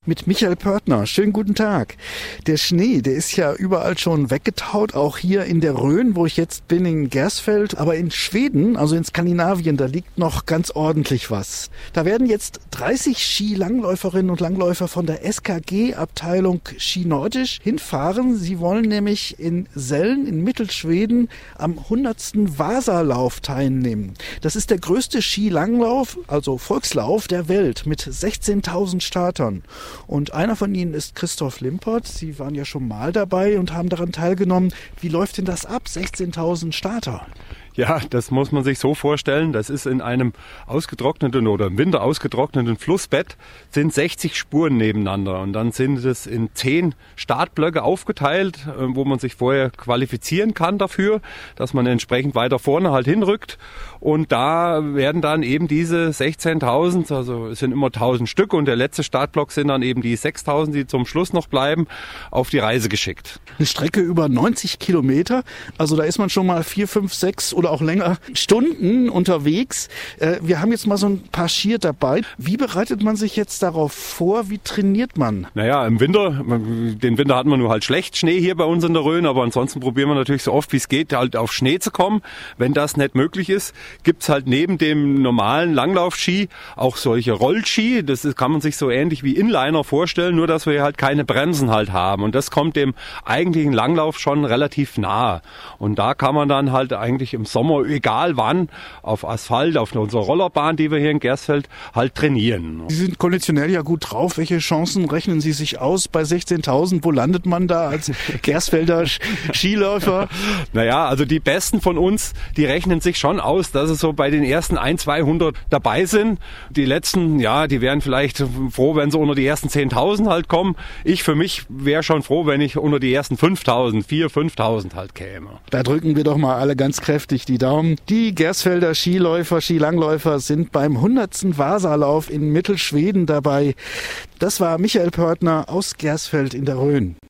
Mit Michael Pörtner. Schönen guten Tag. Der Schnee, der ist ja überall schon weggetaut, auch hier in der Rhön, wo ich jetzt bin, in Gersfeld. Aber in Schweden, also in Skandinavien, da liegt noch ganz ordentlich was. Da werden jetzt 30 Skilangläuferinnen und Langläufer von der SKG-Abteilung Ski Nordisch hinfahren. Sie wollen nämlich in Sälen in Mittelschweden am 100. Vasalauf teilnehmen. Das ist der größte Skilanglauf, also Volkslauf der Welt mit 16.000 Startern. Und einer von ihnen ist Christoph Limpert. Sie waren ja schon mal dabei und haben daran teilgenommen. Wie läuft denn das ab? 16.000 Starter. Ja, das muss man sich so vorstellen. Das ist in einem ausgetrockneten oder im Winter ausgetrockneten Flussbett sind 60 Spuren nebeneinander. Und dann sind es in 10 Startblöcke aufgeteilt, wo man sich vorher qualifizieren kann dafür, dass man entsprechend weiter vorne halt hinrückt. Und da werden dann eben diese 16.000, also es sind immer 1.000 Stück und der letzte Startblock sind dann eben die 6.000, die zum Schluss noch bleiben, auf die Reise geschickt. Eine Strecke über 90 Kilometer, also da ist man schon mal 4, 5, 6 oder auch länger Stunden unterwegs. Wir haben jetzt mal so ein paar Skier dabei. Wie bereitet man sich jetzt darauf vor? Wie trainiert man? Naja, im Winter, den Winter hatten wir nur halt schlecht Schnee hier bei uns in der Rhön, aber ansonsten probieren wir natürlich so oft wie es geht, halt auf Schnee zu kommen. Wenn das nicht möglich ist, gibt's halt neben dem normalen Langlaufski auch solche Rollski. Das kann man sich so ähnlich wie Inliner vorstellen, nur dass wir halt keine Bremsen halt haben. Und das kommt dem eigentlichen Langlauf schon relativ nahe. Und da kann man dann halt eigentlich im Sommer, egal wann, auf Asphalt, auf unserer Rollerbahn, die wir hier in Gersfeld, halt trainieren. Sie sind konditionell ja gut drauf. Welche Chancen rechnen Sie sich aus bei 16.000? Wo landet man da als Gersfelder Skiläufer? Naja, also die Besten von uns, die rechnen sich schon aus, dass es so bei den ersten 200 dabei sind. Die letzten, ja, die wären vielleicht froh, wenn sie unter die ersten 10.000 halt kommen. Ich für mich wäre schon froh, wenn ich unter die ersten 5.000, 5.000 halt käme. Da drücken wir doch mal alle ganz kräftig die Daumen. Die Gersfelder Skiläufer, Skilangläufer sind beim 100. Vasalauf in Mittelschweden dabei. Das war Michael Pörtner aus Gersfeld in der Rhön.